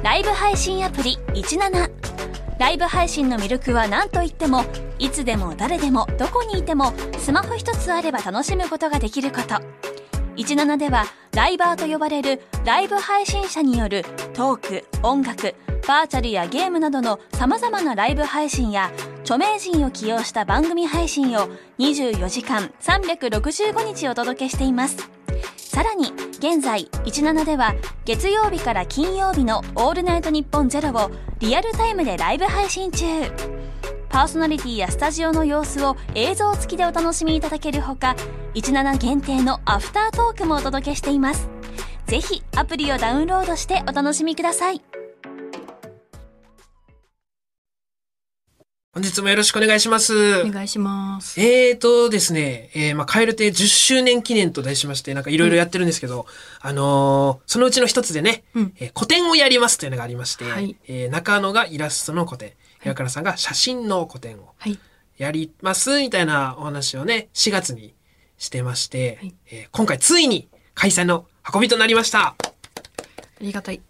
ライブ配信アプリ17。ライブ配信の魅力は何といっても、いつでも誰でもどこにいてもスマホ一つあれば楽しむことができること。17ではライバーと呼ばれるライブ配信者によるトーク、音楽、バーチャルやゲームなどの様々なライブ配信や著名人を起用した番組配信を24時間365日お届けしています。さらに現在17では月曜日から金曜日のオールナイトニッポンゼロをリアルタイムでライブ配信中。パーソナリティやスタジオの様子を映像付きでお楽しみいただけるほか、17限定のアフタートークもお届けしています。ぜひアプリをダウンロードしてお楽しみください。 本日もよろしくお願いします。 お願いします。 ですね、蛙亭10周年記念と題しまして、なんかいろいろやってるんですけど、そのうちの一つでね、個展をやりますというのがありまして、はい、中野がイラストの個展、岩倉さんが写真の個展をやりますみたいなお話をね、4月にしてまして、はい、今回ついに開催の運びとなりました。 ありがたい。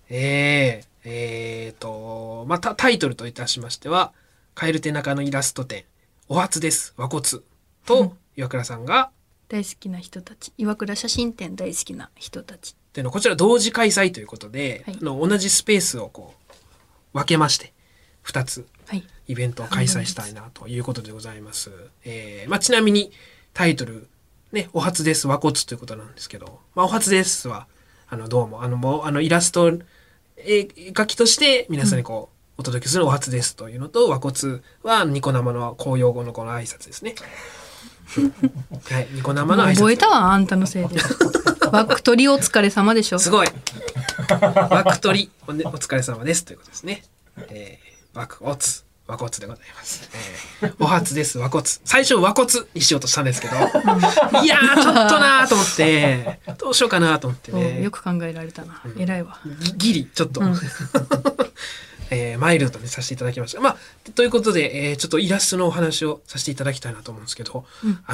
またタイトルといたしましては、蛙亭中野イラスト展お初です和骨と岩倉さんが大好きな人たち、岩倉写真展大好きな人たちっていうのこちら同時開催ということで、はい、同じスペースをこう分けまして2つイベントを開催したいなということでございます。ちなみにタイトルね、お初です和骨ということなんですけど、お初ですはどうももうイラスト描きとして皆さんにこう、お届けするお初ですというのと、和骨はニコ生の公用語のこの挨拶ですね。はい、ニコ生の挨拶。 覚えたわ、あんたのせいで。ワクトリお疲れ様でしょ。 すごい。ワクトリお疲れ様ですということですね。和骨でございます。お初です和骨。最初和骨にしようとしたんですけど、いやーちょっとなーと思ってどうしようかなと思ってね。 よく考えられたな。偉いわ。 ギリちょっと。マイルドにさせていただきました。ということで、ちょっとイラストのお話をさせていただきたいなと思うんですけど、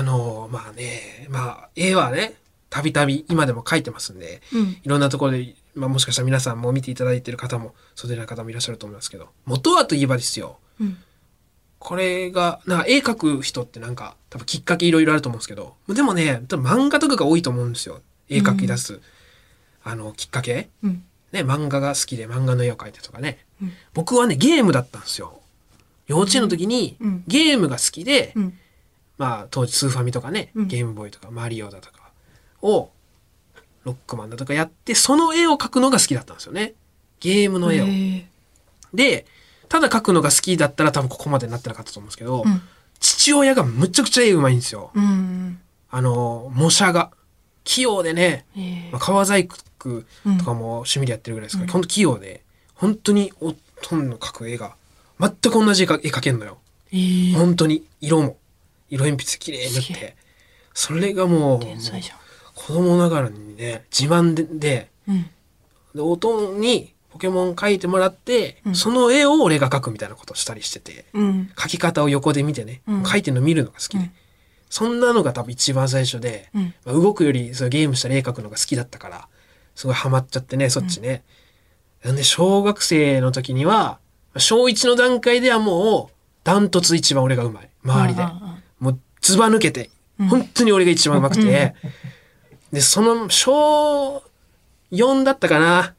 絵はね、たびたび今でも描いてますんで、いろんなところで、もしかしたら皆さんも見ていただいている方も、そうでない方もいらっしゃると思いますけど、元はといえばですよ、これが、絵描く人ってなんか、多分きっかけいろいろあると思うんですけど、でもね、多分漫画とかが多いと思うんですよ。絵描き出す、きっかけ。ね、漫画が好きで漫画の絵を描いてとかね、僕はねゲームだったんですよ。幼稚園の時にゲームが好きで、当時スーファミとかね、ゲームボーイとかマリオだとかをロックマンだとかやって、その絵を描くのが好きだったんですよね、ゲームの絵を。でただ描くのが好きだったら多分ここまでなってなかったと思うんですけど、父親がむちゃくちゃ絵うまいんですよ。模写が器用でね、川細工とかも趣味でやってるぐらいですから、本当器用で、本当にほとんど描く絵が全く同じ絵描けんのよ。本当に色も色鉛筆きれいに塗って、それがもう子供ながらにね自慢で、おとんにポケモン描いてもらって、その絵を俺が描くみたいなことをしたりしてて、描き方を横で見てね、描いてるの見るのが好きで、そんなのが多分一番最初で、動くよりそうゲームしたら絵描くのが好きだったからすごいハマっちゃってね、そっちね。なんで小学生の時には小1の段階ではもうダントツ一番俺がうまい、周りでもうずば抜けて、本当に俺が一番うまくて、でその小4だったかな、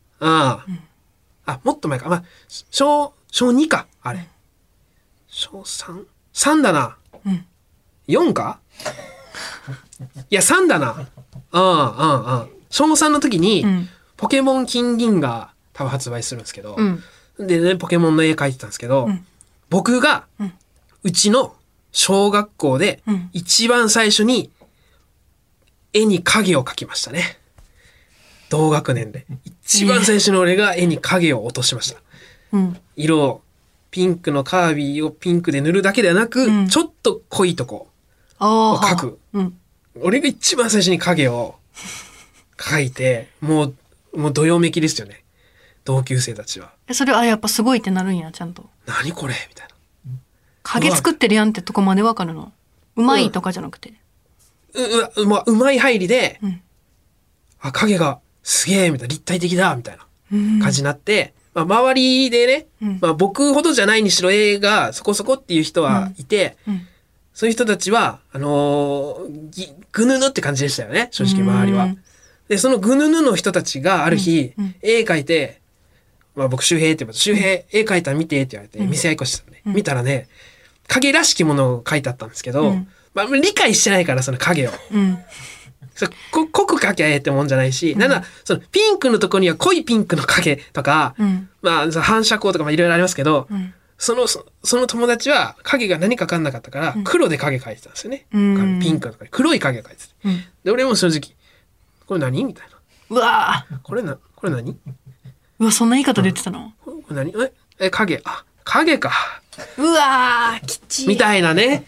もっと前か、小2か、あれ小3だな、4かいや3だな、小3の時に、ポケモン金銀が多分発売するんですけど、でねポケモンの絵描いてたんですけど、僕がうちの小学校で一番最初に絵に影を描きましたね。同学年で一番最初の俺が絵に影を落としました。色をピンクのカービィをピンクで塗るだけではなく、ちょっと濃いとこを描く、俺が一番最初に影を描いて、もうどよめきですよね、同級生たちは。 それやっぱすごいってなるんや、ちゃんと。 何これみたいな。 影作ってるやんってとこまでわかるの。うまいとかじゃなくて。 うまい入りで、影がすげえみたいな、立体的だみたいな感じになって、 まあ、周りでね、 うんまあ、僕ほどじゃないにしろ絵がそこそこっていう人はいて、 うんそういう人たちは、ぐぬぬって感じでしたよね、正直周りは。で、そのぐぬぬの人たちがある日、絵描いて、まあ僕周平って言うと、周平、絵描いたら見てって言われて、見せ合いっこしてたのね。見たらね、影らしきものを描いてあったんですけど、まあ理解してないから、その影を。濃く描きゃええってもんじゃないし、なんなら、そのピンクのとこには濃いピンクの影とか、まあ反射光とかもいろいろありますけど、その友達は影が何か分かんなかったから、黒で影描いてたんですよね。ピンクのとかに黒い影描いてて。で、俺も正直、これ何みたいな。 うわこれ何うわ、そんな言い方で言ってたの？ これ何影。あ、影か。 うわきちい。 みたいなね。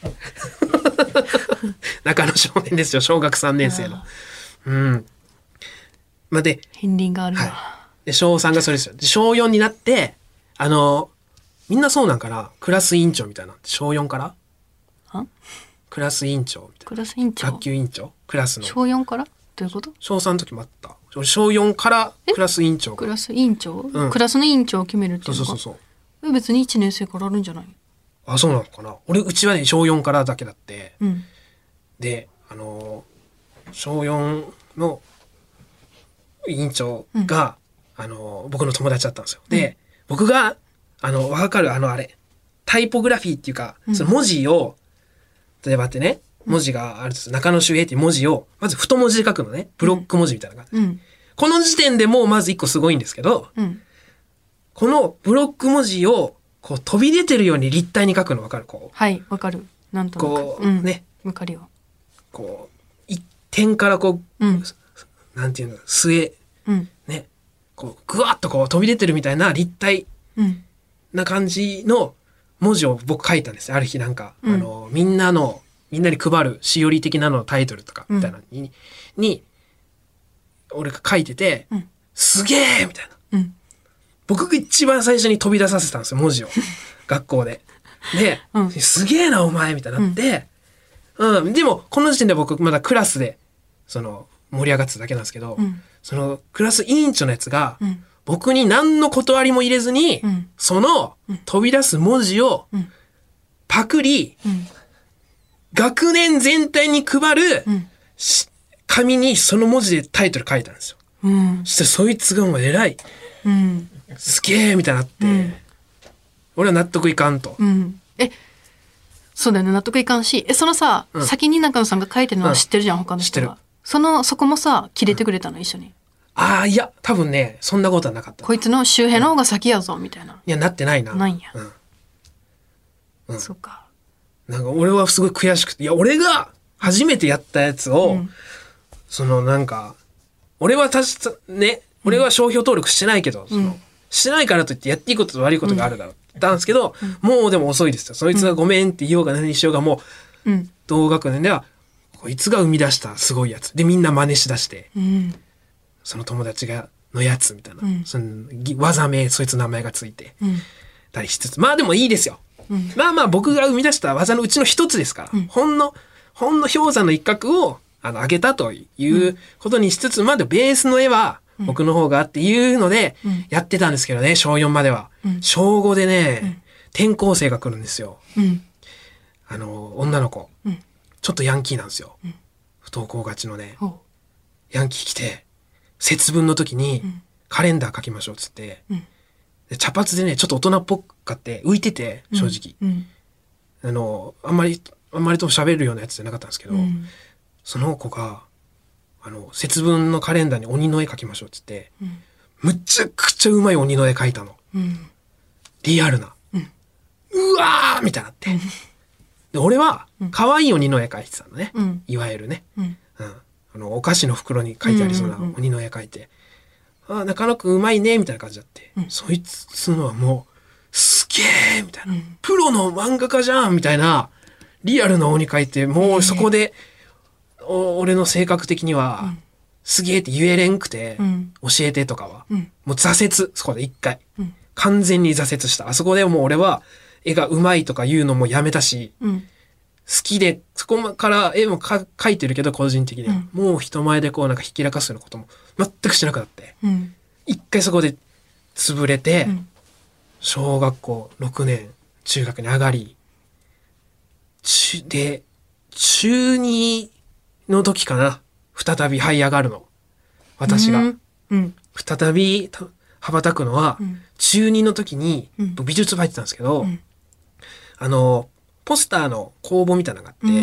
中野少年ですよ、小学3年生の。うん。まあ、で、 片鱗があるわ。 はい、で、小3がそれですよ。で、小4になって、みんなそうなんかな、クラス委員長みたいな。小4からクラス委員長みたいな。 クラス委員長？ 学級委員長クラスの。 小4からどういうこと？ 小3の時もあった。俺小4からクラス委員長。 クラス委員長、クラスの委員長を決めるっていうのか。 そう。 別に1年生からあるんじゃない？ あ、そうなのかな。うちはね、小4からだけだって。で、小4の委員長が、僕の友達だったんですよ。で、僕が、わかるあれ、タイポグラフィーっていうか、その文字を、例えばってね、文字があるんです。中野周平っていう文字を、まず太文字で書くのね。ブロック文字みたいな感じ。この時点でもうまず一個すごいんですけど、このブロック文字を、こう飛び出てるように立体に書くのわかる？こう。 はい、わかる。なんとなく。 こう、ね。 わかるよ。 こう、一点からこう、なんていうの、末、ね。こう、ぐわっとこう飛び出てるみたいな立体な感じの文字を僕書いたんですよ。ある日なんか、みんなに配るしおり的なのタイトルとかみたいなに、俺が書いてて、すげえみたいな。僕が一番最初に飛び出させたんですよ、文字を。学校で。で、すげえなお前みたいになって、でも、この時点で僕まだクラスで、盛り上がってただけなんですけど、そのクラス委員長のやつが、僕に何の断りも入れずに、その飛び出す文字をパクリ、学年全体に配る、紙にその文字でタイトル書いたんですよ。そしてそいつがもう偉い。すげえみたいになって、俺は納得いかんと。 そうだよね、納得いかんし、そのさ、先に中野さんが書いてるのは知ってるじゃん、他の人が。そこもさ、切れてくれたの、一緒に。 ああ、いや、多分ね、そんなことはなかった。 こいつの周平の方が先やぞ、みたいな。 いや、なってないな。 ないんや。そうか。 なんか俺はすごい悔しくて、いや、俺が初めてやったやつを、なんか、俺は俺は商標登録してないけど、してないからといってやっていいことと悪いことがあるだろうって言ったんですけど、もうでも遅いですよ。そいつがごめんって言おうが何にしようがもう、同学年では、こいつが生み出したすごいやつ。で、みんな真似しだして、その友達のやつみたいな、その技名、そいつの名前がついて、たりしつつ、まあでもいいですよ。まあまあ僕が生み出した技のうちの一つですから、ほんの氷山の一角を上げたということにしつつ、まだベースの絵は僕の方がっていうのでやってたんですけどね、小4までは。小5でね、転校生が来るんですよ。女の子。ちょっとヤンキーなんですよ。不登校がちのね。ヤンキー来て、節分の時にカレンダー書きましょうっつって、で茶髪でね、ちょっと大人っぽかって浮いてて、正直。あんまりと喋るようなやつじゃなかったんですけど、その子が、節分のカレンダーに鬼の絵描きましょうっつって、むちゃくちゃうまい鬼の絵描いたの。リアルな。うわーみたいになって。で、俺は、可愛い鬼の絵描いてたのね。いわゆるね。お菓子の袋に書いてありそうな鬼の絵描いて、ああ、中野くんうまいね、みたいな感じだって。そいつのはもう、すげえみたいな。プロの漫画家じゃんみたいな、リアルな鬼描いて、もうそこで、俺の性格的には、すげえって言えれんくて、教えてとかは、もう挫折、そこで一回。完全に挫折した。あそこでもう俺は、絵がうまいとか言うのもやめたし、好きで、そこから絵も描いてるけど、個人的には。もう人前でこうなんかひきらかすようなことも全くしなくなって。一回そこで潰れて、小学校6年中学に上がり、で中2の時かな、再び這い上がるの、私が。再び羽ばたくのは、中2の時に、美術部入ってたんですけど、ポスターの公募みたいなのがあって、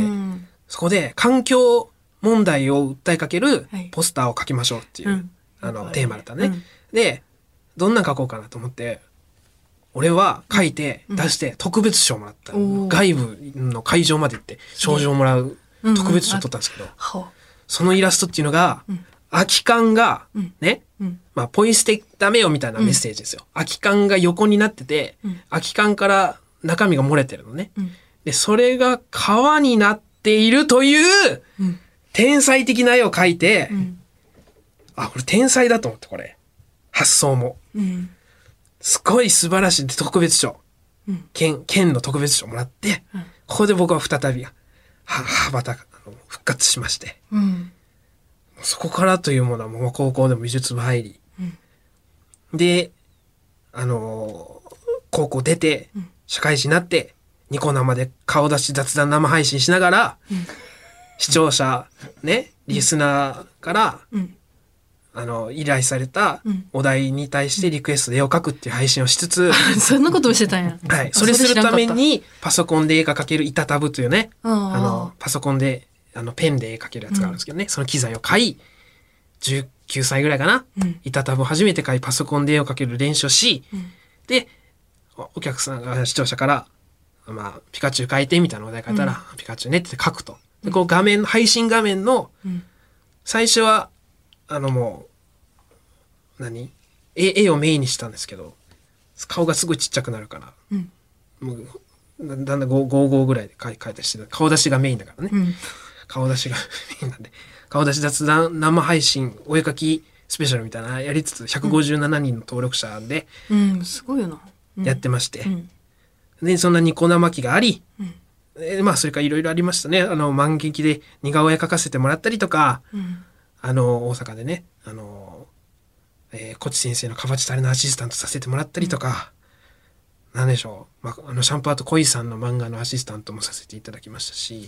そこで環境問題を訴えかけるポスターを書きましょうっていう、テーマだったね。で、どんな書こうかなと思って、俺は書いて出して特別賞もらった。外部の会場まで行って賞状をもらう特別賞を取ったんですけど、そのイラストっていうのが、空き缶が、ね、まあ、ポイ捨てダメよみたいなメッセージですよ。空き缶が横になってて、空き缶から中身が漏れてるのね。で、それが川になっているという、天才的な絵を描いて、あ、これ天才だと思って、これ。発想も。すごい素晴らしい特別賞。県の特別賞もらって、ここで僕は再び、復活しまして。そこからというものはもう高校でも美術部入り。で、高校出て、社会人になって、ニコ生で顔出し雑談生配信しながら、視聴者、ね、リスナーから、依頼されたお題に対してリクエストで絵を描くっていう配信をしつつ、 そんなことをしてたんや。 はい。それするために、パソコンで絵が描ける板タブというね、パソコンで、ペンで絵描けるやつがあるんですけどね、その機材を買い、19歳ぐらいかな、板タブを初めて買い、パソコンで絵を描ける練習をし、で、お客さんが、視聴者から、まあ、ピカチュウ描いてみたいなお題書いたら、ピカチュウねって書くと。で、こう配信画面の、最初は、もう、絵をメインにしたんですけど、顔がすごいちっちゃくなるから、もうだんだん55ぐらいで描いたりして、顔出しがメインだからね。顔出しがメインなんで、顔出し雑談生配信、お絵描きスペシャルみたいなやりつつ、157人の登録者で、 すごいよな。 やってまして。で、そんなニコ生期があり、まあ、それからいろいろありましたね。満劇で似顔絵描かせてもらったりとか、大阪でね、コチ先生のカバチタレのアシスタントさせてもらったりとか、なんでしょう、まあ、シャンパーと恋さんの漫画のアシスタントもさせていただきましたし、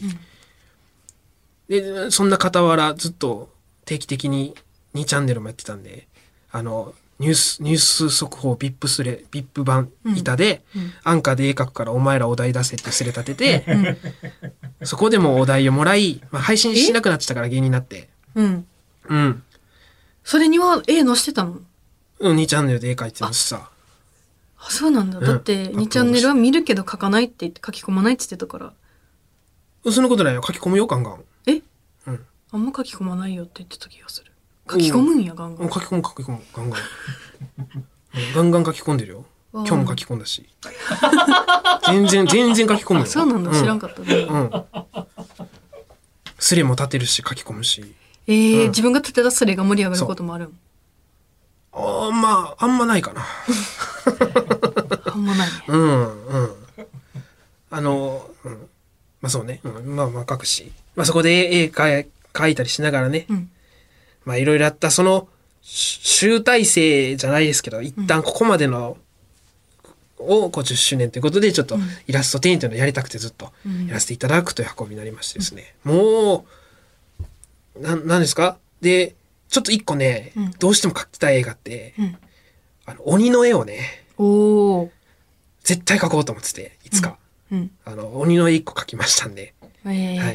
で、そんな傍らずっと定期的に2チャンネルもやってたんで、ニュース速報 VIP 版板で、アンカーで絵描くからお前らお題出せってすれ立てて、そこでもお題をもらい、まあ、配信しなくなってたから芸人になって。 それには絵載してたの ？2チャンネルで絵描いてますさ。 あ、そうなんだ。だって、2チャンネルは見るけど書かないって言って、書き込まないって言ってたから。 そんなことないよ。書き込むよ、ガンガン。 あんま書き込まないよって言ってた気がする。書き込むんや、ガンガン。 書き込む、ガンガン。ガンガン書き込んでるよ。今日も書き込んだし。全然書き込むよ。 そうなんだ、知らんかったね。 スレも立てるし、書き込むし。 自分が立てたスレが盛り上がることもあるん？ まあ、あんまないかな。 あんまないね。 まあそうね。まあ書くし。まあそこで絵描いたりしながらね。まあいろいろあった、その、集大成じゃないですけど、一旦ここまでの、を50周年ということで、ちょっとイラスト展というのをやりたくてずっとやらせていただくという運びになりましてですね。もう、なんですか？で、ちょっと一個ね、どうしても描きたい映画って、鬼の絵をね、絶対描こうと思ってて、いつか。鬼の絵一個描きましたんで、はい、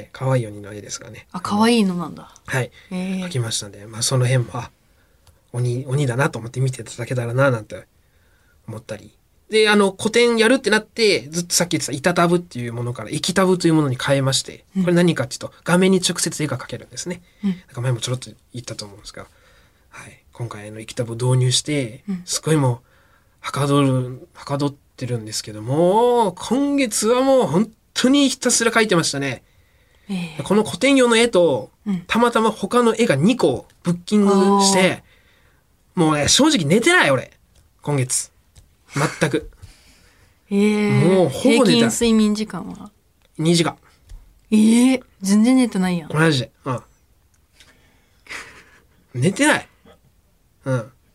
可愛い鬼の絵ですがね。 あ、可愛いのなんだ。 はい、描きましたんで、まあその辺も、鬼だなと思って見ていただけたらな、なんて思ったり。で、古典やるってなって、ずっとさっき言ってた板タブっていうものから液タブというものに変えまして、これ何かっていうと、画面に直接絵が描けるんですね。なんか前もちょろっと言ったと思うんですが、はい、今回液タブを導入して、すごいもう、はかどってるんですけども、今月はもう本当にひたすら描いてましたね。この古典用の絵と、たまたま他の絵が2個ブッキングして、もうね、正直寝てない俺、今月。全く。もうほぼ寝てない。平均睡眠時間は 2時間。 全然寝てないやん。 マジで。寝てない。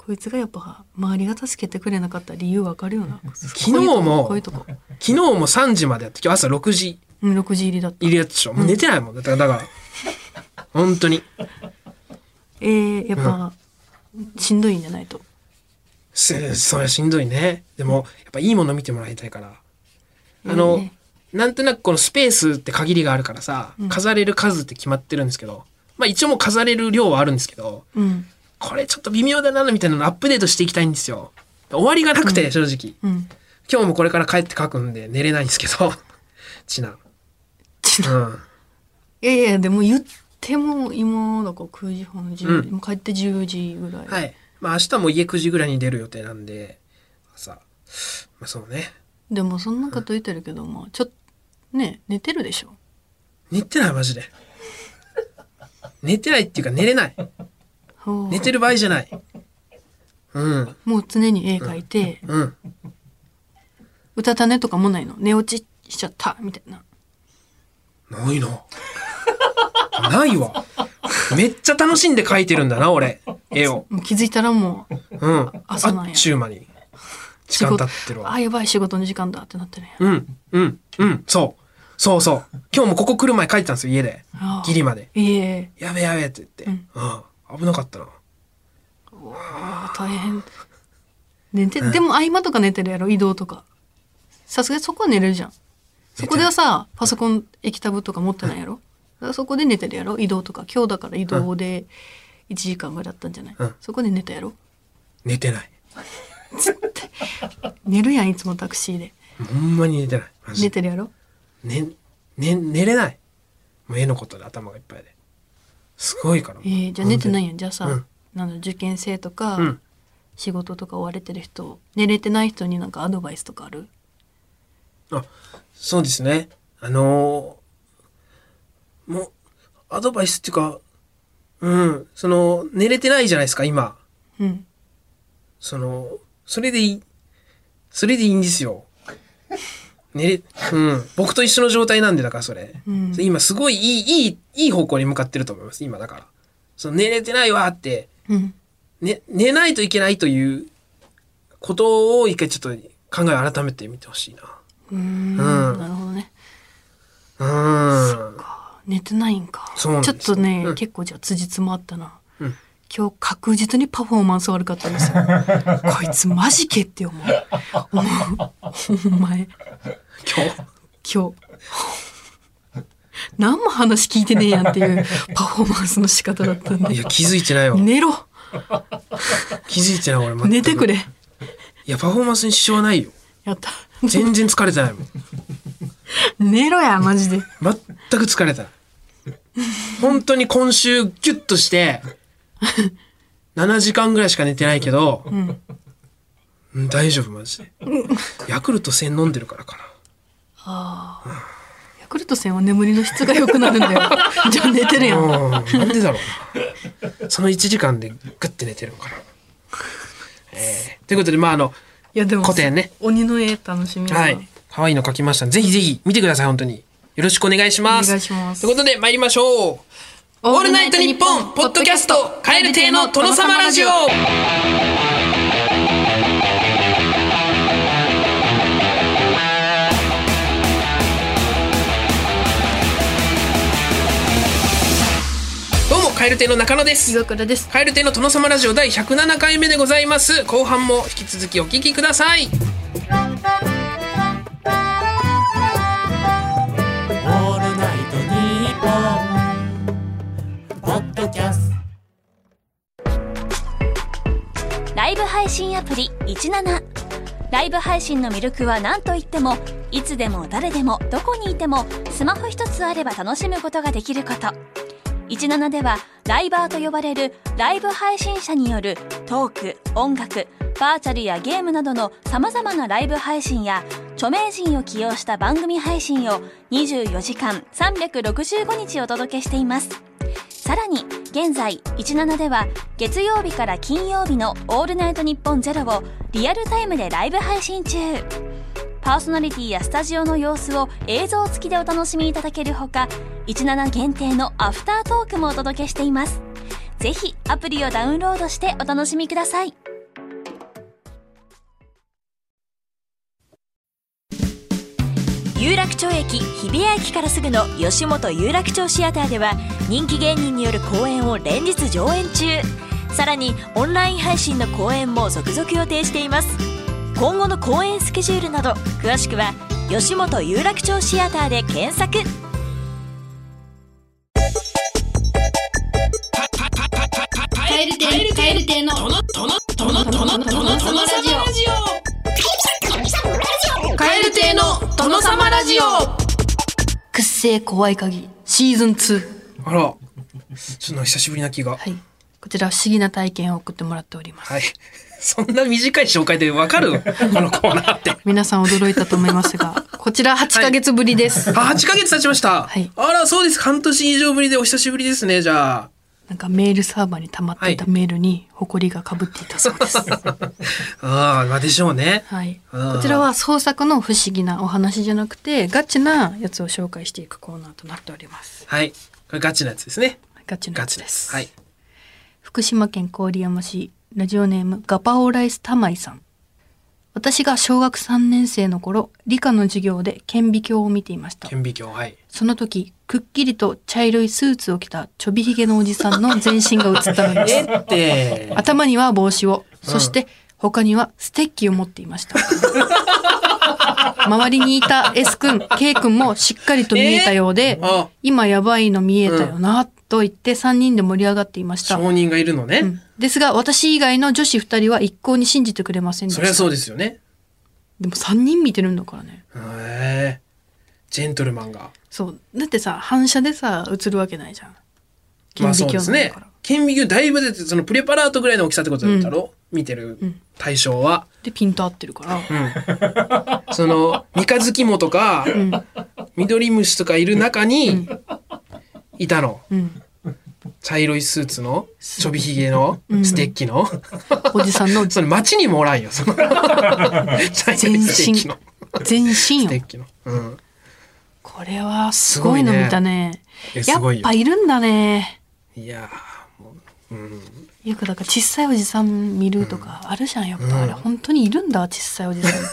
こいつがやっぱ周りが助けてくれなかった理由わかるよな。 昨日も3時までやって、今日朝6時 6時入りだった。 入りだったでしょ。もう寝てないもん。だから本当に。 やっぱ、しんどいんじゃないと。 そりゃしんどいね。でもやっぱいいもの見てもらいたいから。なんとなくこのスペースって限りがあるからさ、飾れる数って決まってるんですけど、まあ一応もう飾れる量はあるんですけど、これちょっと微妙だなみたいなのアップデートしていきたいんですよ。終わりがなくて、正直。今日もこれから帰って書くんで寝れないんですけど、ちな。 いやでも言っても今だから9時半10時、もう帰って10時ぐらい。 はい。まあ明日も家9時ぐらいに出る予定なんで、朝。まあそうね。 でもそんなこと言ってるけど、まあちょっとね、寝てるでしょ。 寝てないマジで。寝てないっていうか寝れない。寝てる場合じゃない。 もう常に絵描いて、歌種とかもないの。寝落ちしちゃったみたいな。 ないの。ないわ。めっちゃ楽しんで描いてるんだな俺、絵を。 もう気づいたらもう、朝なんや。 あっちゅう間に時間経ってるわ。 あ、やばい仕事の時間だってなってるや。 そう。今日もここ来る前書いてたんですよ、家で。ギリまで。やべえって言って。危なかったな。 大変。でも合間とか寝てるやろ、移動とか。さすがにそこは寝れるじゃん。そこではさ、パソコン液タブとか持ってないやろ。だからそこで寝てるやろ、移動とか。今日だから移動で1時間ぐらいだったんじゃない？そこで寝たやろ。 寝てない。 寝るやん、いつもタクシーで。 ほんまに寝てない。 寝てるやろ。 寝れない。もう絵のことで頭がいっぱいで。すごいから。 じゃあ寝てないやん。じゃあさ、受験生とか、仕事とか追われてる人、寝れてない人になんかアドバイスとかある？ そうですね。もう、アドバイスっていうか、寝れてないじゃないですか、今。それでいいんですよ。僕と一緒の状態なんで、だからそれ。今すごいいい方向に向かってると思います、今だから。寝れてないわって、寝ないといけないということを一回ちょっと考えを改めてみてほしいな。 なるほどね。そっか。寝てないんか。ちょっとね、結構じゃあ辻褄あったな。今日確実にパフォーマンス悪かったんですよ。こいつマジけって思う。お前。今日。何も話聞いてねえやんっていうパフォーマンスの仕方だったんで。 いや、気づいてないわ。 寝ろ。 気づいてない俺。 寝てくれ。 いや、パフォーマンスに支障はないよ。 やった。 全然疲れてないもん。 寝ろや、マジで。 全く疲れてない。本当に今週ギュッとして、7時間ぐらいしか寝てないけど、大丈夫マジで。ヤクルト1000飲んでるからかな。 ヤクルト1000は眠りの質が良くなるんだよ。じゃあ寝てるやん。 なんでだろうな。その1時間でグッて寝てるのかな。ということで、 いやでも古典ね。 鬼の絵楽しみだな。 はい。可愛いの描きました。ぜひぜひ見てください、本当に。よろしくお願いします。 お願いします。 ということで、参りましょう。オールナイトニッポンポッドキャスト蛙亭の殿様ラジオ。どうも蛙亭の中野です。 岩倉です。 蛙亭の殿様ラジオ第107回目でございます。後半も引き続きお聞きください。 ライブ配信アプリ17。ライブ配信の魅力は何といっても、いつでも誰でもどこにいてもスマホ一つあれば楽しむことができること。17ではライバーと呼ばれるライブ配信者によるトーク、音楽、バーチャルやゲームなどの様々なライブ配信や著名人を起用した番組配信を24時間365日お届けしています。さらに現在17では月曜日から金曜日のオールナイトニッポンゼロをリアルタイムでライブ配信中。パーソナリティやスタジオの様子を映像付きでお楽しみいただけるほか、17限定のアフタートークもお届けしています。ぜひアプリをダウンロードしてお楽しみください。 有楽町駅日比谷駅からすぐの吉本有楽町シアターでは人気芸人による公演を連日上演中。さらにオンライン配信の公演も続々予定しています。今後の公演スケジュールなど詳しくは吉本有楽町シアターで検索。 蛙亭のトノサマラジオ。蛙亭のトノサマラジオ。くっせー怖い鍵シーズン2。 あら、ちょっと久しぶりな気が。 はい。こちら不思議な体験を送ってもらっております。 はい。そんな短い紹介でわかるこのコーナーって。 皆さん驚いたと思いますが、こちら8ヶ月ぶりです。 はい、8ヶ月経ちました。 はい。 あら、そうです。半年以上ぶりでお久しぶりですね、じゃあ。 なんかメールサーバーに溜まっていたメールに埃がかぶっていたそうです。 ああ、まあでしょうね。 はい。こちらは創作の不思議なお話じゃなくて、ガチなやつを紹介していくコーナーとなっております。 はい。これガチなやつですね。 ガチなやつです。 はい。 福島県郡山市、ラジオネームガパオライスタマイさん。私が小学3年生の頃、理科の授業で顕微鏡を見ていました。 顕微鏡、はい。 その時、くっきりと茶色いスーツを着たちょびひげのおじさんの全身が映ったのです。頭には帽子を、そして他にはステッキを持っていました。周りにいた S 君、K 君もしっかりと見えたようで、今やばいの見えたよな、と言って3人で盛り上がっていました。 証人がいるのね。 ですが、私以外の女子2人は一向に信じてくれませんでした。 そりゃそうですよね。 でも3人見てるんだからね。 へえ。ジェントルマンが。 そう。だってさ、反射でさ、映るわけないじゃん。 まあそうですね。顕微鏡だいぶ出て、そのプレパラートぐらいの大きさってことだろ、見てる対象は。 で、ピント合ってるから。 その、三日月もとか、ミドリムシとかいる中に、いたの。茶色いスーツのちょびひげのステッキの、 おじさんのそれ街にもおらんよ、その全身よ、 ステッキの、 これはすごいの見たね。やっぱいるんだね。 いやもう、よくだから小さいおじさん見るとかあるじゃん。やっぱあれ本当にいるんだ、小さいおじさんって。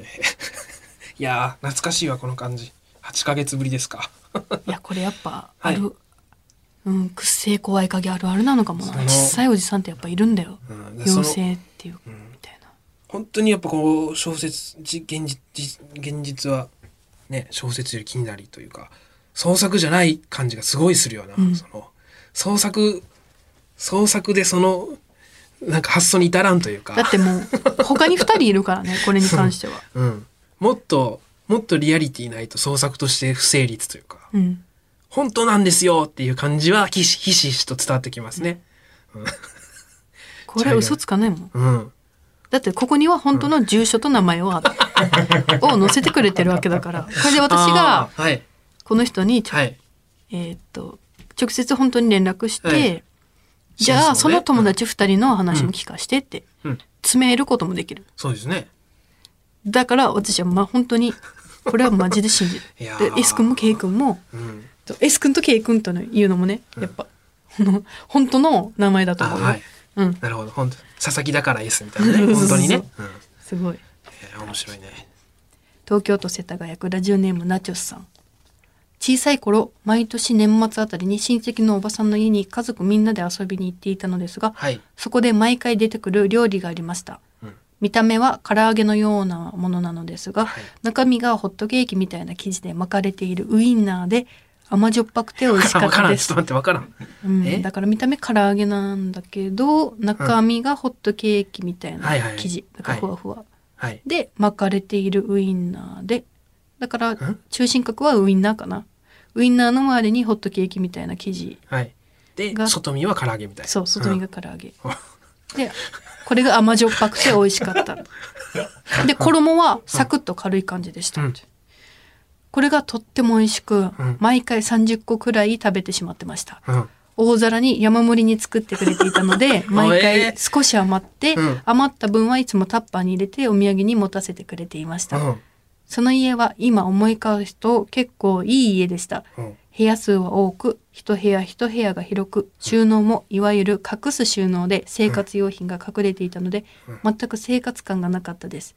いや懐かしいわ、この感じ。8ヶ月ぶりですか。 いやこれやっぱある、くっせー怖い鍵あるあるなのかもな。小さいおじさんってやっぱいるんだよ、妖精っていう、みたいな。 本当にやっぱこう小説現実はね、小説より気になりというか、創作じゃない感じがすごいするような、その創作でそのなんか発想に至らんというか。 だってもう他に2人いるからね、これに関しては。 もっとリアリティないと創作として不成立というか、本当なんですよっていう感じはひしひしと伝わってきますね。 これ嘘つかないもん。だってここには本当の住所と名前を載せてくれてるわけだから。これで私がこの人に直接本当に連絡して、じゃあその友達2人の話も聞かしてって詰めることもできる。 そうですね。 だから私は本当にこれはマジで信じる。で S 君も K 君も、S 君と K 君というのもね、やっぱ本当の名前だと思う。 なるほど。本当佐々木だから S みたいなね。本当にね。 すごい。 面白いね。 東京都世田谷区ラジオネームナチョスさん。小さい頃、毎年年末あたりに親戚のおばさんの家に家族みんなで遊びに行っていたのですが、そこで毎回出てくる料理がありました。見た目は唐揚げのようなものなのですが、中身がホットケーキみたいな生地で巻かれているウインナーで甘じょっぱくて美味しかったです。 ちょっと待って、わからん。 だから見た目唐揚げなんだけど、中身がホットケーキみたいな生地、だからふわふわ、で巻かれているウインナーで、だから中心核はウインナーかな。ウインナーの周りにホットケーキみたいな生地で、外身は唐揚げみたいな。 そう、外身が唐揚げ。でこれが甘じょっぱくて美味しかった。で衣はサクッと軽い感じでした。これがとっても美味しく、毎回30個くらい食べてしまってました。大皿に山盛りに作ってくれていたので毎回少し余って、余った分はいつもタッパーに入れてお土産に持たせてくれていました。その家は今思い返すと結構いい家でした。部屋数は多く、一部屋一部屋が広く、収納もいわゆる隠す収納で生活用品が隠れていたので、全く生活感がなかったです。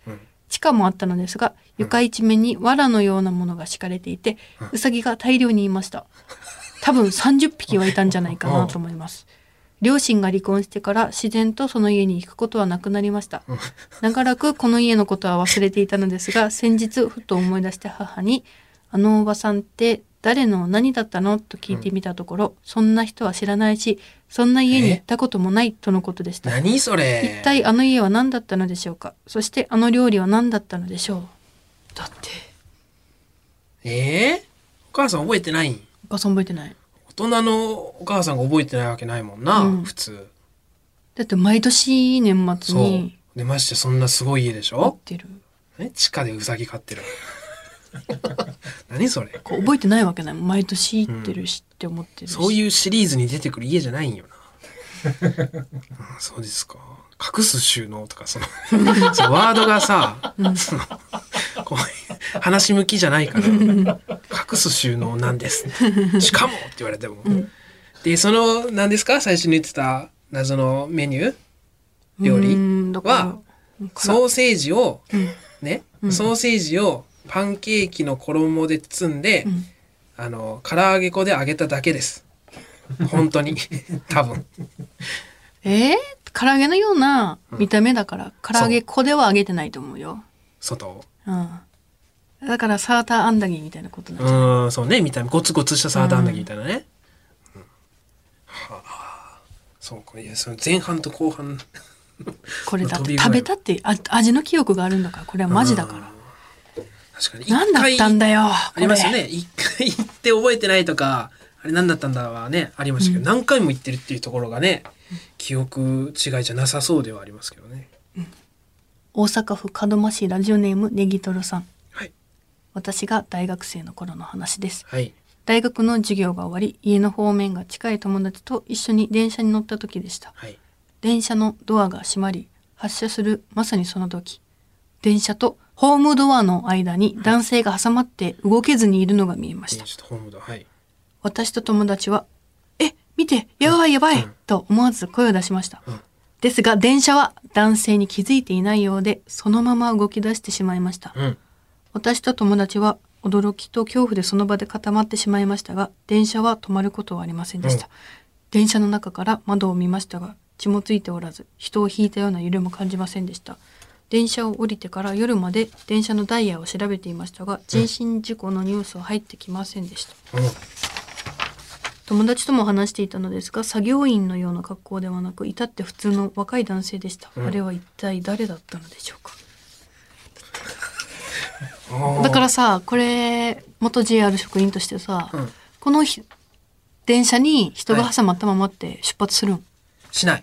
地下もあったのですが、床一面に藁のようなものが敷かれていて、ウサギが大量にいました。多分30匹はいたんじゃないかなと思います。両親が離婚してから自然とその家に行くことはなくなりました。長らくこの家のことは忘れていたのですが、先日ふと思い出して母に、あのおばさんって誰の何だったのと聞いてみたところ、そんな人は知らないし、そんな家に行ったこともないとのことでした。 何それ。 一体あの家は何だったのでしょうか。そしてあの料理は何だったのでしょう。だって。 お母さん覚えてないん？ お母さん覚えてない。 大人のお母さんが覚えてないわけないもんな、普通。 だって毎年年末に。 そう。でましてそんなすごい家でしょ？ ってる。 地下でウサギ飼ってる。何それ。 覚えてないわけない。毎年行ってるしって思ってるし、 そういうシリーズに出てくる家じゃないんよな。そうですか。隠す収納とかそのワードがさ、こういう話向きじゃないから隠す収納なんです。しかもって言われても、でその何ですか最初に言ってた謎のメニュー料理はソーセージをね、ソーセージをパンケーキの衣で包んで、唐揚げ粉で揚げただけです。本当に多分。 唐揚げのような見た目だから、唐揚げ粉では揚げてないと思うよ。 外。 だからサーターアンダギーみたいなことなんじゃない？ そうね、見た目ゴツゴツしたサーターアンダギーみたいなね。そうこれその前半と後半。 これだって食べたって味の記憶があるんだから、これはマジだから。 確かに。 何だったんだよ。 ありますよね。一回行って覚えてないとか、あれ何だったんだはねありましたけど、何回も行ってるっていうところがね。記憶違いじゃなさそうではありますけどね。 大阪府門真市ラジオネームネギトロさん。 はい。 私が大学生の頃の話です。 はい。 大学の授業が終わり、家の方面が近い友達と一緒に電車に乗った時でした。 はい。 電車のドアが閉まり、発車するまさにその時、電車とホームドアの間に男性が挟まって動けずにいるのが見えました。 電車とホームドア、はい。 私と友達は、見て、やばいやばい、と思わず声を出しました。ですが、電車は男性に気づいていないようで、そのまま動き出してしまいました。私と友達は驚きと恐怖でその場で固まってしまいましたが、電車は止まることはありませんでした。電車の中から窓を見ましたが、血もついておらず、人を引いたような揺れも感じませんでした。電車を降りてから夜まで電車のダイヤを調べていましたが、人身事故のニュースは入ってきませんでした。友達とも話していたのですが、作業員のような格好ではなく、至って普通の若い男性でした。あれは一体誰だったのでしょうか。だからさ、これ元 JR 職員としてさ、この電車に人が挟まったままって出発するん？ しない。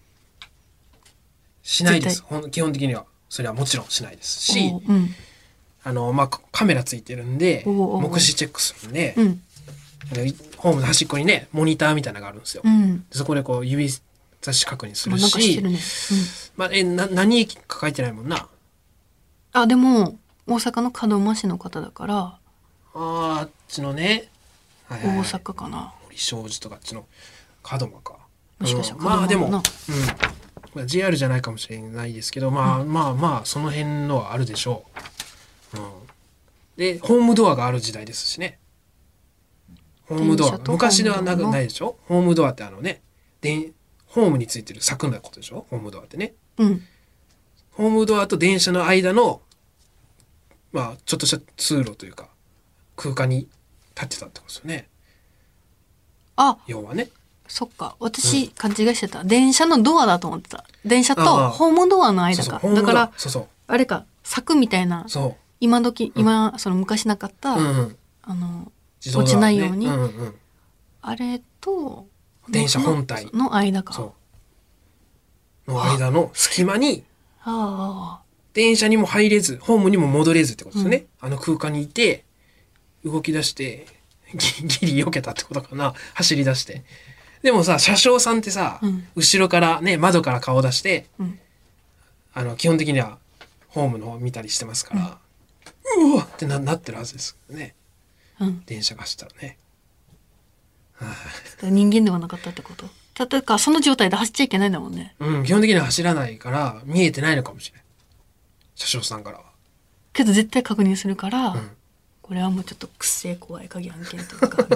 しないです。基本的にはそれはもちろんしないですし、カメラついてるんで目視チェックするんで。ホームの端っこにねモニターみたいなのがあるんですよ。そこでこう指差し確認するし、何駅か書いてないもんな。 でも大阪の門真市の方だから、 あっちのね、 大阪かな。 森小路とかあっちの門真か。 もしかしたらでも、JR じゃないかもしれないですけど、まあその辺のはあるでしょう。でホームドアがある時代ですしね。ホームドア昔ではないでしょ。ホームドアってホームについてる柵のことでしょ。ホームドアってね、ホームドアと電車の間のちょっとした通路というか空間に立ってたってことですよね。要はね。 そっか、私勘違いしてた。電車のドアだと思ってた。電車とホームドアの間か。だからあれか、柵みたいな。今その昔なかった、落ちないように、あれと電車本体の間か。 の間の隙間に電車にも入れずホームにも戻れずってことですよね。あの空間にいて動き出してギリ避けたってことかな。走り出して。でもさ、車掌さんってさ、後ろからね窓から顔出して、基本的にはホームの方見たりしてますから、うわってなってるはずですね。電車が走ったらね。 人間ではなかったってこと。例えばその状態で走っちゃいけないんだもんね。 基本的には走らないから見えてないのかもしれない。車掌さんからは。 けど絶対確認するから、これはもうちょっとくっせえ怖い鍵案件というか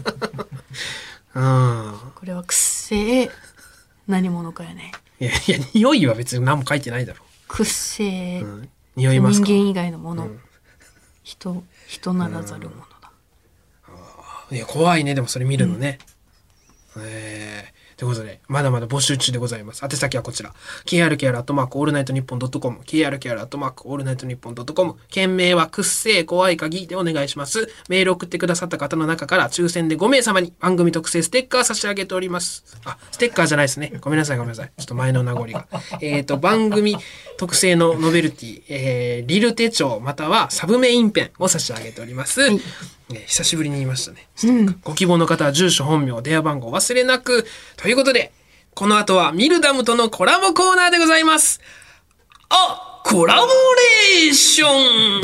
これはくっせえ何者かやね。 いやいや、匂いは別に何も書いてないだろう。 くっせえ、 匂いますか？ 人間以外のもの、人ならざるものだ。 いや怖いね、でもそれ見るのね。ということで、まだまだ募集中でございます。宛先はこちら。krkr@allnightnippon.com、krkr@allnightnippon.com、件名はくっせー怖い鍵でお願いします。メール送ってくださった方の中から抽選で5名様に番組特製ステッカー差し上げております。あ、ステッカーじゃないですね。ごめんなさい。ちょっと前の名残が。番組特製のノベルティ、リル手帳またはサブメインペンを差し上げております。久しぶりに言いましたね。ご希望の方は住所、本名、電話番号忘れなく。ということで、この後はミルダムとのコラボコーナーでございます。コラボレーション。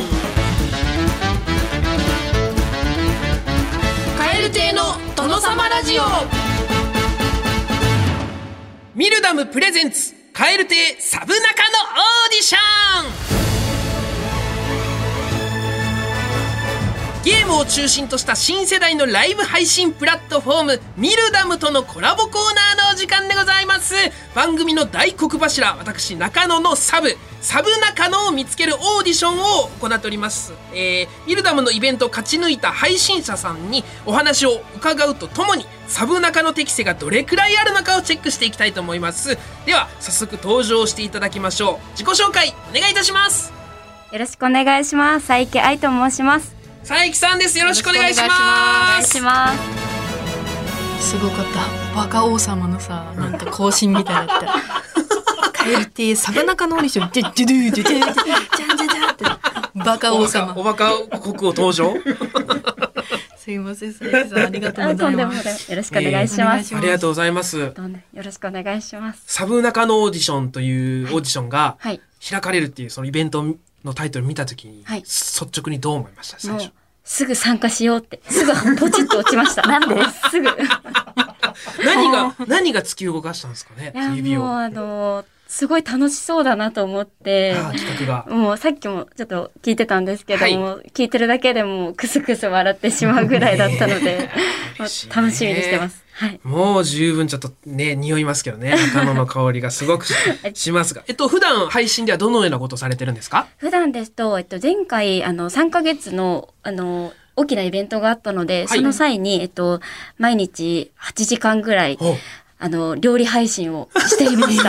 カエル亭の殿様ラジオ。ミルダムプレゼンツカエル亭サブナカのオーディション。ゲームを中心とした新世代のライブ配信プラットフォームミルダムとのコラボコーナーのお時間でございます。番組の大黒柱、私中野のサブ中野を見つけるオーディションを行っております。ミルダムのイベントを勝ち抜いた配信者さんにお話を伺うとともに、サブ中の適性がどれくらいあるのかをチェックしていきたいと思います。では早速登場していただきましょう。自己紹介お願いいたします。 よろしくお願いします。佐伯愛と申します。 佐伯さんです。よろしくお願いします。 お願いします。 すごかった。バカ王様のさ、なんか更新みたいだった。カエル亭サブナカのオーディション、じゃってバカ王様。 おバカ国王登場。 すいません、佐伯さんありがとうございます。 よろしくお願いします。 ありがとうございます。よろしくお願いします。 サブナカのオーディションというオーディションが開かれるっていうそのイベントのタイトル見たときに、率直にどう思いました？最初すぐ参加しようってすぐポチッと落ちました。なんですぐ何が突き動かしたんですかね。指をもうすごい楽しそうだなと思って、 企画がもうさっきもちょっと聞いてたんですけども、聞いてるだけでもクスクス笑ってしまうぐらいだったので、楽しみにしてます。 もう十分ちょっとね匂いますけどね、中野の香りがすごくしますが普段配信ではどのようなことをされてるんですか？ 普段ですと、前回3ヶ月の大きなイベントがあったので、その際に毎日8時間ぐらい料理配信をしていました。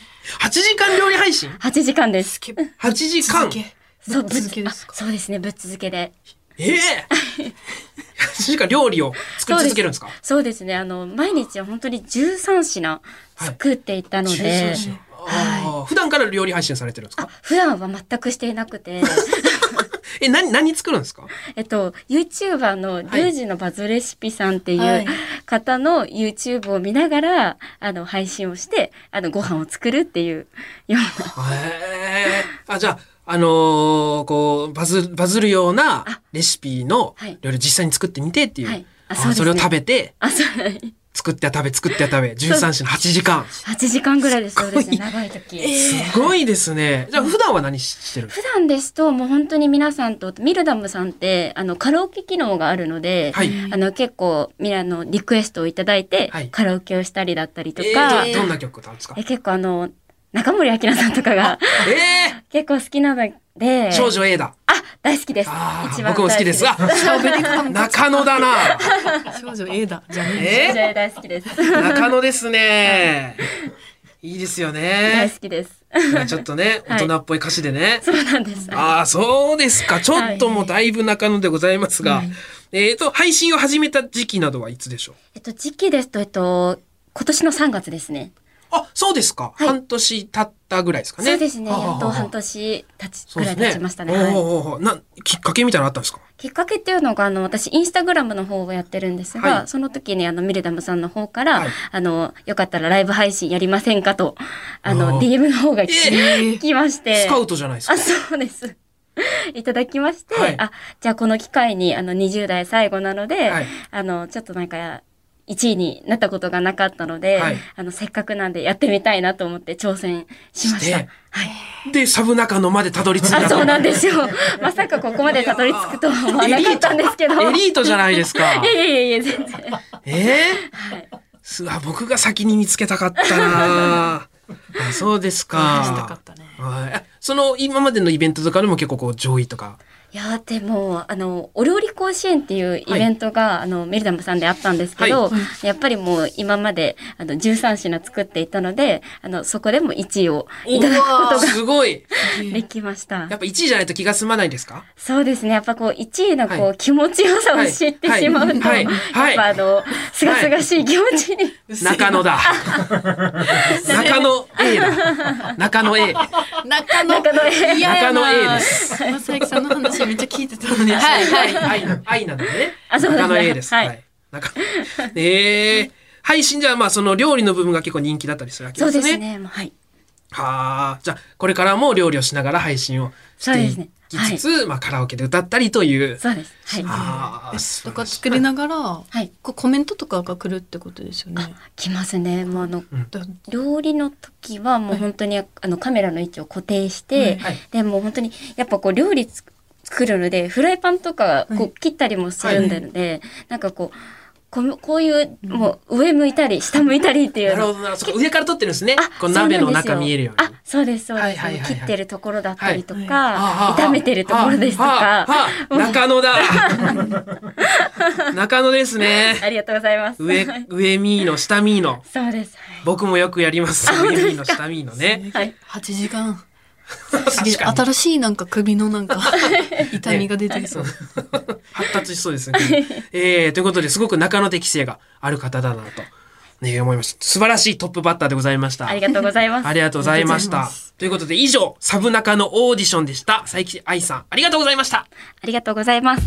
8時間料理配信 ？8時間です。 8時間ぶっ続けですか？ そうですね、ぶっ続けで。 8時間料理を作り続けるんですか？ そうですね、毎日本当に13品作っていたので、 普段から料理配信されてるんですか？ 普段は全くしていなくて何作るんですか ？YouTuber のリュウジのバズレシピさんっていう方の YouTube を見ながら配信をしてご飯を作るっていうような。 じゃあこうバズるようなレシピの料理実際に作ってみてっていう、それを食べて作っては食べ13品8時間 8時間ぐらいです。そうですね、長い時。 すごいですね。じゃあ普段は何してるんですか？ 普段ですともう本当に皆さんとミルダムさんってカラオケ機能があるので、結構リクエストをいただいて、カラオケをしたりだったりとか。 どんな曲なんですか？ 結構中森明菜さんとかが結構好きなので。 少女 A だ。 大好きです。 僕も好きです。中野だな。 少女 A だ。 少女 A 大好きです。 中野ですね。いいですよね。 大好きです。 ちょっとね、大人っぽい歌詞でね。 そうなんです。 そうですか。ちょっともうだいぶ中野でございますが、配信を始めた時期などはいつでしょう？ 時期ですと、今年の3月ですね。 そうですか。半年経ったぐらいですかね。 そうですね。やっと半年ぐらい経ちましたね。 きっかけみたいなのあったんですか？ きっかけっていうのが私インスタグラムの方をやってるんですが、その時にミルダムさんの方から、よかったらライブ配信やりませんかとDM の方が来まして、 スカウトじゃないですか？ そうです。いただきまして、じゃあこの機会に20代最後なので、ちょっとなんか 1位になったことがなかったので、はい、せっかくなんでやってみたいなと思って挑戦しました。はい、 でサブ中野までたどり着いた。 そうなんですよ。まさかここまでたどり着くとは思わなかったんですけど。 エリートじゃないですか。 いや全然。 はい。僕が先に見つけたかったな。そうですか。 したかったね。 その今までのイベントとかでも結構こう上位とか。 いやでもお料理甲子園っていうイベントが、はい、メルダムさんであったんですけど、はい、やっぱりもう今まで13品作っていたのでそこでも1位をいただくことがすごいできました。 やっぱ1位じゃないと気が済まないですか？ そうですね。やっぱこう1位のこう、はい、気持ちよさを知ってしまうと、はいはい、やっぱすがすがしい気持ちに、 中野だ中野 A だ中野 A 中野 A です。 正行さんの話めっちゃ聞いてたのに、 愛なのね。中野 A です。はい。配信じゃその料理の部分が結構人気だったりするわけですね。 そうですね。はい。 はあ、じゃあこれからも料理をしながら配信をしていきつつ、カラオケで歌ったりという。 そうです。はい。 とか作りながら、コメントとかが来るってことですよね。 来ますね。もう料理の時はもう本当にカメラの位置を固定して、でもう本当にやっぱこう料理作るのでフライパンとかこう切ったりもするんで、なんかこういうもう上向いたり下向いたりっていうなるほどなるほど。上から撮ってるんですね。こう鍋の中見えるように。 そうですそうです。切ってるところだったりとか、炒めてるところですとか。 中野だ。中野ですね。 ありがとうございます。 上ミーの下ミーの。 そうです。 僕もよくやります。上ミーの下ミーのね。 8時間。新しいなんか首のなんか痛みが出てきそう。 発達しそうですね。ということですごく中野的性がある方だなと、思いました。素晴らしいトップバッターでございました。 ありがとうございます。 ありがとうございました。ということで以上サブ中野オーディションでした。佐伯愛さんありがとうございました。 ありがとうございます。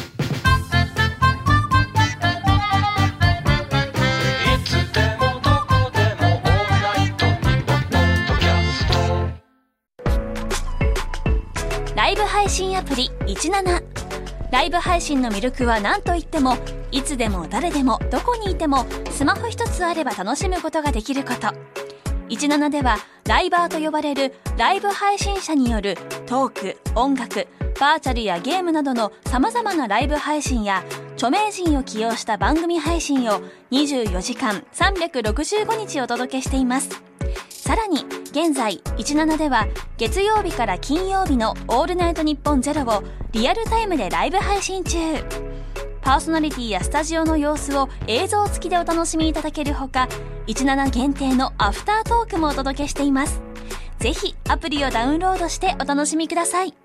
ライブ配信アプリ17。ライブ配信の魅力は何といってもいつでも誰でもどこにいてもスマホ一つあれば楽しむことができること。17ではライバーと呼ばれるライブ配信者によるトーク、音楽、バーチャルやゲームなどの様々なライブ配信や著名人を起用した番組配信を24時間365日お届けしています。さらに現在17では月曜日から金曜日のオールナイトニッポンゼロをリアルタイムでライブ配信中。パーソナリティやスタジオの様子を映像付きでお楽しみいただけるほか、17限定のアフタートークもお届けしています。ぜひアプリをダウンロードしてお楽しみください。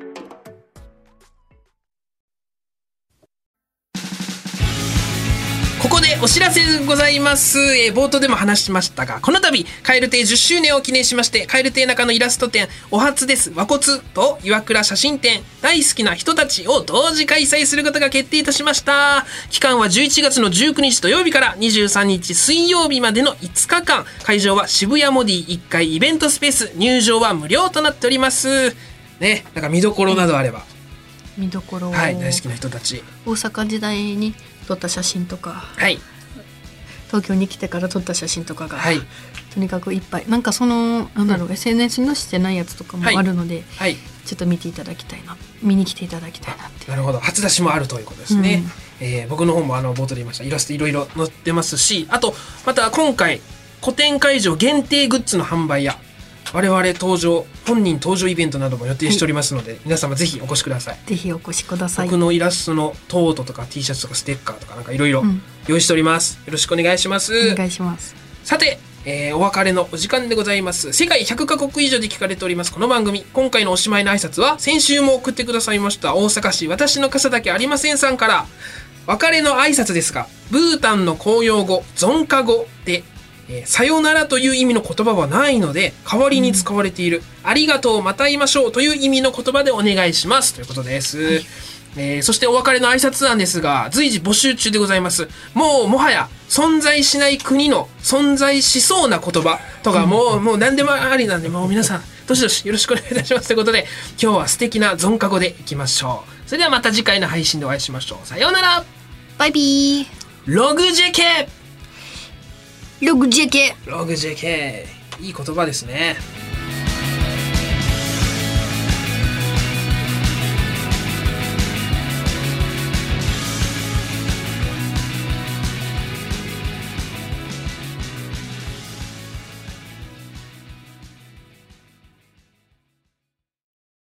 ここでお知らせでございます。冒頭でも話しましたが、この度蛙亭10周年を記念しまして、蛙亭中のイラスト展お初です和骨と岩倉写真展大好きな人たちを同時開催することが決定いたしました。期間は11月の19日土曜日から23日水曜日までの5日間。会場は渋谷モディ1階イベントスペース。入場は無料となっておりますね。なんか見どころなどあれば。 見どころ、 はい、大好きな人たち。 大阪時代に撮った写真とか、 はい、 東京に来てから撮った写真とかが、 はい、 とにかくいっぱいなんかなんだろう、SNS に載せてないやつとかもあるので、 はい、 ちょっと見ていただきたいな、見に来ていただきたいなって。 なるほど、初出しもあるということですね。僕の方も冒頭で言いましたイラストいろいろ載ってますし、あとまた今回個展会場限定グッズの販売や我々本人登場イベントなども予定しておりますので、皆様ぜひお越しください。 ぜひお越しください。 僕のイラストのトートとか T シャツとかステッカーとかなんかいろいろ用意しております。よろしくお願いします。 お願いします。 さて、お別れのお時間でございます。世界100カ国以上で聞かれておりますこの番組、今回のおしまいの挨拶は先週も送ってくださいました大阪市私の傘だけありませんさんから、別れの挨拶ですが、ブータンの公用語ゾンカ語でさよならという意味の言葉はないので、代わりに使われている、ありがとうまた会いましょうという意味の言葉でお願いしますということです。そしてお別れの挨拶案ですが、随時募集中でございます。もはや存在しない国の存在しそうな言葉とかもう何でもありなんで、もう皆さんどしどしよろしくお願いいたしますということで、今日は素敵なゾンカ語でいきましょう。それではまた次回の配信でお会いしましょう。さようなら。 バイビー。 ログ JK ログ JK ログ JK いい言葉ですね。